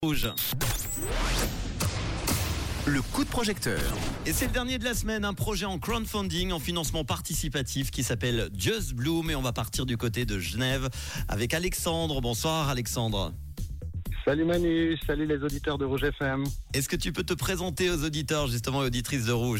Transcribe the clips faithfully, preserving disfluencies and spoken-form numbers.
Rouge. Le coup de projecteur. Et c'est le dernier de la semaine, un projet en crowdfunding, en financement participatif qui s'appelle Just Bloom. Et on va partir du côté de Genève avec Alexandre. Bonsoir Alexandre. Salut Manu, salut les auditeurs de Rouge F M. Est-ce que tu peux te présenter aux auditeurs, justement, et auditrices de Rouge ?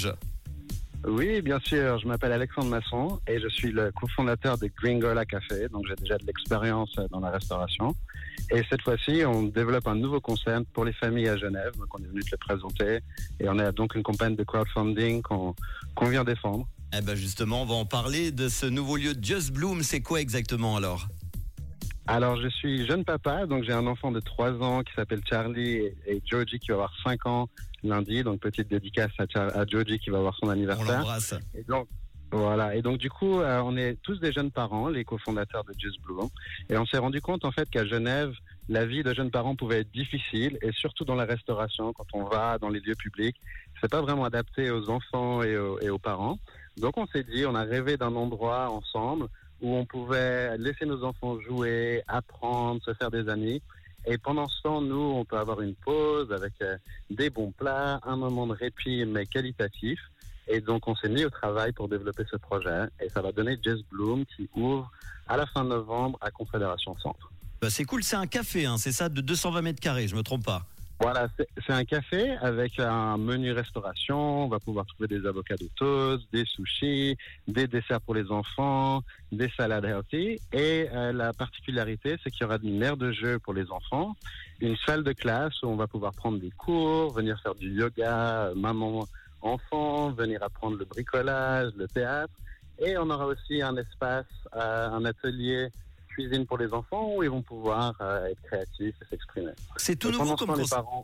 Oui, bien sûr, je m'appelle Alexandre Masson et je suis le cofondateur de Gringola Café, donc j'ai déjà de l'expérience dans la restauration. Et cette fois-ci, on développe un nouveau concept pour les familles à Genève, donc on est venu te le présenter. Et on a donc une campagne de crowdfunding qu'on, qu'on vient défendre. Eh ben justement, on va en parler de ce nouveau lieu Just Bloom. C'est quoi exactement alors ? Alors, je suis jeune papa, donc j'ai un enfant de trois ans qui s'appelle Charlie et, et Georgie qui va avoir cinq ans lundi. Donc, petite dédicace à, Char- à Georgie qui va avoir son anniversaire. On l'embrasse. Et donc, voilà. Et donc, du coup, euh, on est tous des jeunes parents, les cofondateurs de Just Bloom. Et on s'est rendu compte, en fait, qu'à Genève, la vie de jeunes parents pouvait être difficile, et surtout dans la restauration, quand on va dans les lieux publics. C'est pas vraiment adapté aux enfants et aux, et aux parents. Donc, on s'est dit, on a rêvé d'un endroit ensemble où on pouvait laisser nos enfants jouer, apprendre, se faire des amis. Et pendant ce temps, nous, on peut avoir une pause avec euh, des bons plats, un moment de répit, mais qualitatif. Et donc, on s'est mis au travail pour développer ce projet. Et ça va donner Just Bloom qui ouvre à la fin novembre à Confédération Centre. Bah c'est cool, c'est un café, hein, c'est ça, de deux cent vingt mètres carrés, je me trompe pas. Voilà, c'est, c'est un café avec un menu restauration. On va pouvoir trouver des avocats de toast, des sushis, des desserts pour les enfants, des salades healthy. Et euh, la particularité, c'est qu'il y aura une aire de jeu pour les enfants, une salle de classe où on va pouvoir prendre des cours, venir faire du yoga, euh, maman, enfant, venir apprendre le bricolage, le théâtre. Et on aura aussi un espace, euh, un atelier cuisine pour les enfants où ils vont pouvoir euh, être créatifs et s'exprimer. C'est tout et nouveau comme temps, concept. Parents...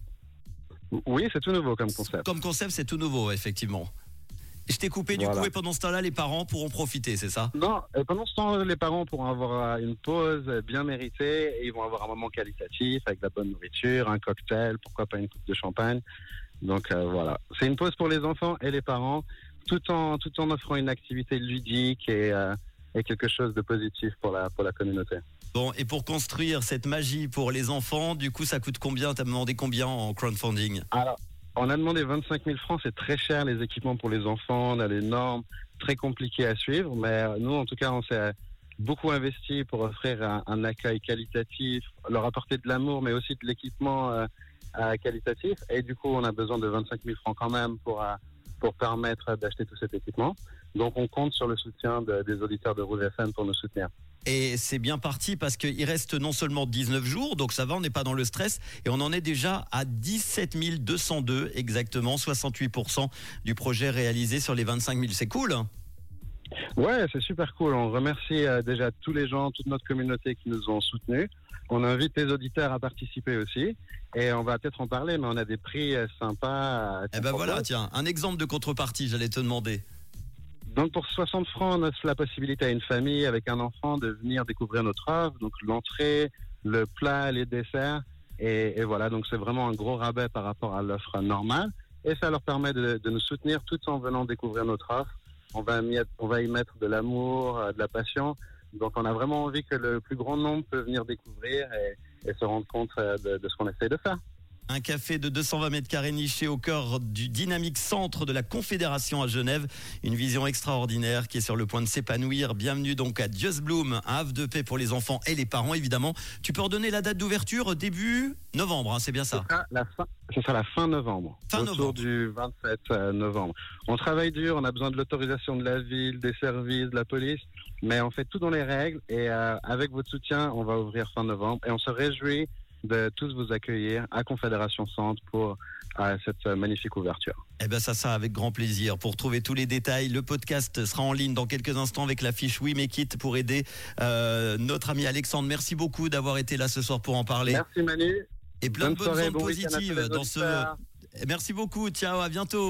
Oui, c'est tout nouveau comme concept. Comme concept, c'est tout nouveau, effectivement. Je t'ai coupé du voilà. coup, et pendant ce temps-là, les parents pourront profiter, c'est ça ? Non, et pendant ce temps, les parents pourront avoir une pause bien méritée et ils vont avoir un moment qualitatif avec de la bonne nourriture, un cocktail, pourquoi pas une coupe de champagne. Donc euh, voilà, c'est une pause pour les enfants et les parents, tout en tout en offrant une activité ludique et euh, et quelque chose de positif pour la, pour la communauté. Bon, et pour construire cette magie pour les enfants, du coup, ça coûte combien ? T'as demandé combien en crowdfunding ? Alors, on a demandé vingt-cinq mille francs, c'est très cher les équipements pour les enfants, on a des normes très compliquées à suivre, mais nous, en tout cas, on s'est beaucoup investi pour offrir un, un accueil qualitatif, leur apporter de l'amour, mais aussi de l'équipement euh, euh, qualitatif, et du coup, on a besoin de vingt-cinq mille francs quand même pour... Euh, pour permettre d'acheter tout cet équipement. Donc, on compte sur le soutien de, des auditeurs de Rouge F M pour nous soutenir. Et c'est bien parti parce qu'il reste non seulement dix-neuf jours, donc ça va, on n'est pas dans le stress, et on en est déjà à dix-sept mille deux cent deux exactement, soixante-huit pour cent du projet réalisé sur les vingt-cinq mille. C'est cool, hein ? Ouais, c'est super cool. On remercie euh, déjà tous les gens, toute notre communauté qui nous ont soutenus. On invite les auditeurs à participer aussi. Et on va peut-être en parler, mais on a des prix euh, sympas. Eh ben voilà, tiens, un exemple de contrepartie, j'allais te demander. Donc pour soixante francs, on a la possibilité à une famille avec un enfant de venir découvrir notre offre. Donc l'entrée, le plat, les desserts. Et, et voilà, donc c'est vraiment un gros rabais par rapport à l'offre normale. Et ça leur permet de, de nous soutenir tout en venant découvrir notre offre. On va, y, on va y mettre de l'amour, de la passion. Donc, on a vraiment envie que le plus grand nombre peut venir découvrir et, et se rendre compte de, de ce qu'on essaie de faire. Un café de deux cent vingt mètres carrés niché au cœur du dynamique centre de la Confédération à Genève. Une vision extraordinaire qui est sur le point de s'épanouir. Bienvenue donc à Just Bloom, un havre de paix pour les enfants et les parents, évidemment. Tu peux redonner la date d'ouverture début novembre, hein, c'est bien ça ? Ce sera la fin, ce sera la fin novembre. Fin autour novembre. du vingt-sept novembre. On travaille dur, on a besoin de l'autorisation de la ville, des services, de la police, mais on fait tout dans les règles et euh, avec votre soutien, on va ouvrir fin novembre et on se réjouit de tous vous accueillir à Confédération Centre pour euh, cette euh, magnifique ouverture. Eh bien ça, ça avec grand plaisir. Pour trouver tous les détails, le podcast sera en ligne dans quelques instants avec la fiche We Make It pour aider euh, notre ami Alexandre. Merci beaucoup d'avoir été là ce soir pour en parler. Merci Manu. Et plein bonne de bonnes soirée, ondes bon positives dans ce. Merci beaucoup. Ciao, à bientôt.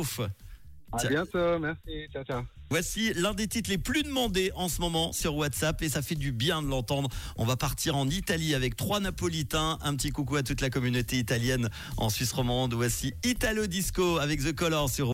À Ciao. bientôt, merci. Ciao, ciao. Voici l'un des titres les plus demandés en ce moment sur WhatsApp et ça fait du bien de l'entendre. On va partir en Italie avec trois Napolitains. Un petit coucou à toute la communauté italienne en Suisse romande. Voici Italo Disco avec The Color sur